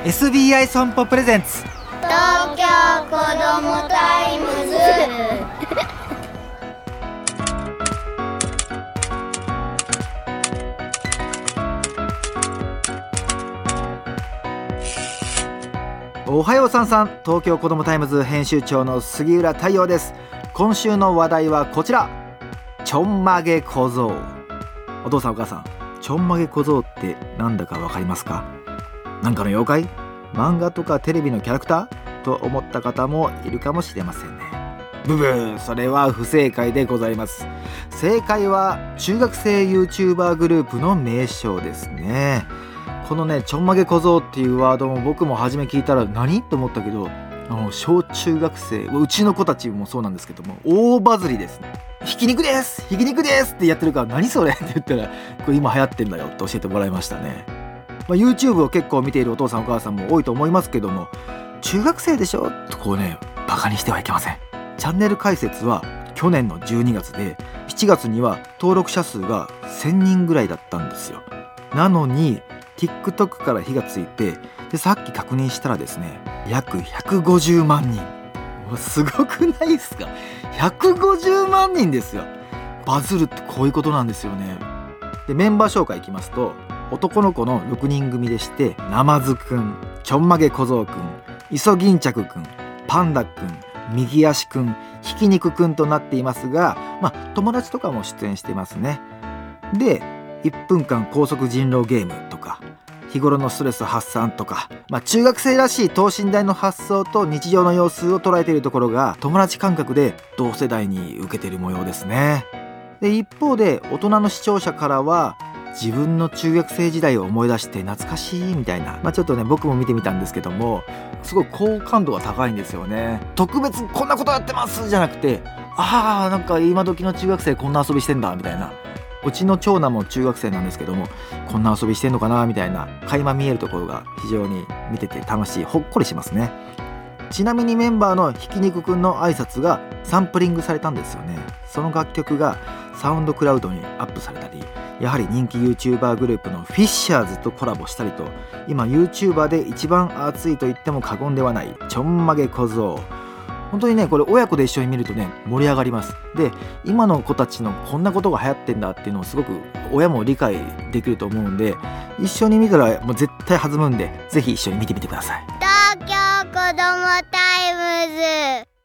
SBI 損保プレゼンツ東京子どもタイムズ。 おはようさんさん、東京子どもタイムズ編集長の杉浦太陽です。今週の話題はこちら、ちょんまげ小僧。お父さんお母さん、ちょんまげ小僧ってなんだかわかりますか？なんかの妖怪？漫画とかテレビのキャラクターと思った方もいるかもしれませんね。ブブー、それは不正解でございます。正解は中学生 YouTuber グループの名称ですね。このね、ちょんまげ小僧っていうワードも僕も初め聞いたら何と思ったけど、小中学生、うちの子たちもそうなんですけども、大バズりですね。ひき肉ですひき肉ですってやってるから、何それって言ったら、これ今流行ってんだよって教えてもらいましたね。YouTube を結構見ているお父さんお母さんも多いと思いますけども、中学生でしょとこうね、バカにしてはいけません。チャンネル開設は去年の12月で、7月には登録者数が1000人ぐらいだったんですよ。なのにTikTok から火がついて、でさっき確認したらですね、約150万人。すごくないですか？150万人ですよ。バズるってこういうことなんですよね。でメンバー紹介いきますと、男の子の6人組でして、ナマズくん、ちょんまげ小僧くん、イソギンチャクくん、パンダくん、右足くん、ひき肉くんとなっていますが、友達とかも出演してますね。で1分間高速人狼ゲームとか、日頃のストレス発散とか、中学生らしい等身大の発想と日常の様子を捉えているところが、友達感覚で同世代に受けている模様ですね。で一方で大人の視聴者からは、自分の中学生時代を思い出して懐かしいみたいな、ちょっとね、僕も見てみたんですけども、すごい好感度が高いんですよね。特別こんなことやってますじゃなくて、なんか今時の中学生こんな遊びしてんだみたいな。うちの長男も中学生なんですけども、こんな遊びしてんのかなみたいな垣間見えるところが非常に見てて楽しい、ほっこりしますね。ちなみにメンバーのひき肉くんの挨拶がサンプリングされたんですよね。その楽曲がサウンドクラウドにアップされたり、やはり人気 YouTuber グループのフィッシャーズとコラボしたりと、今 YouTuber で一番熱いと言っても過言ではないちょんまげ小僧。本当にね、これ親子で一緒に見るとね、盛り上がります。で今の子たちのこんなことが流行ってんだっていうのをすごく親も理解できると思うんで、一緒に見たらもう絶対弾むんで、ぜひ一緒に見てみてください。 東京子どもタイムズ。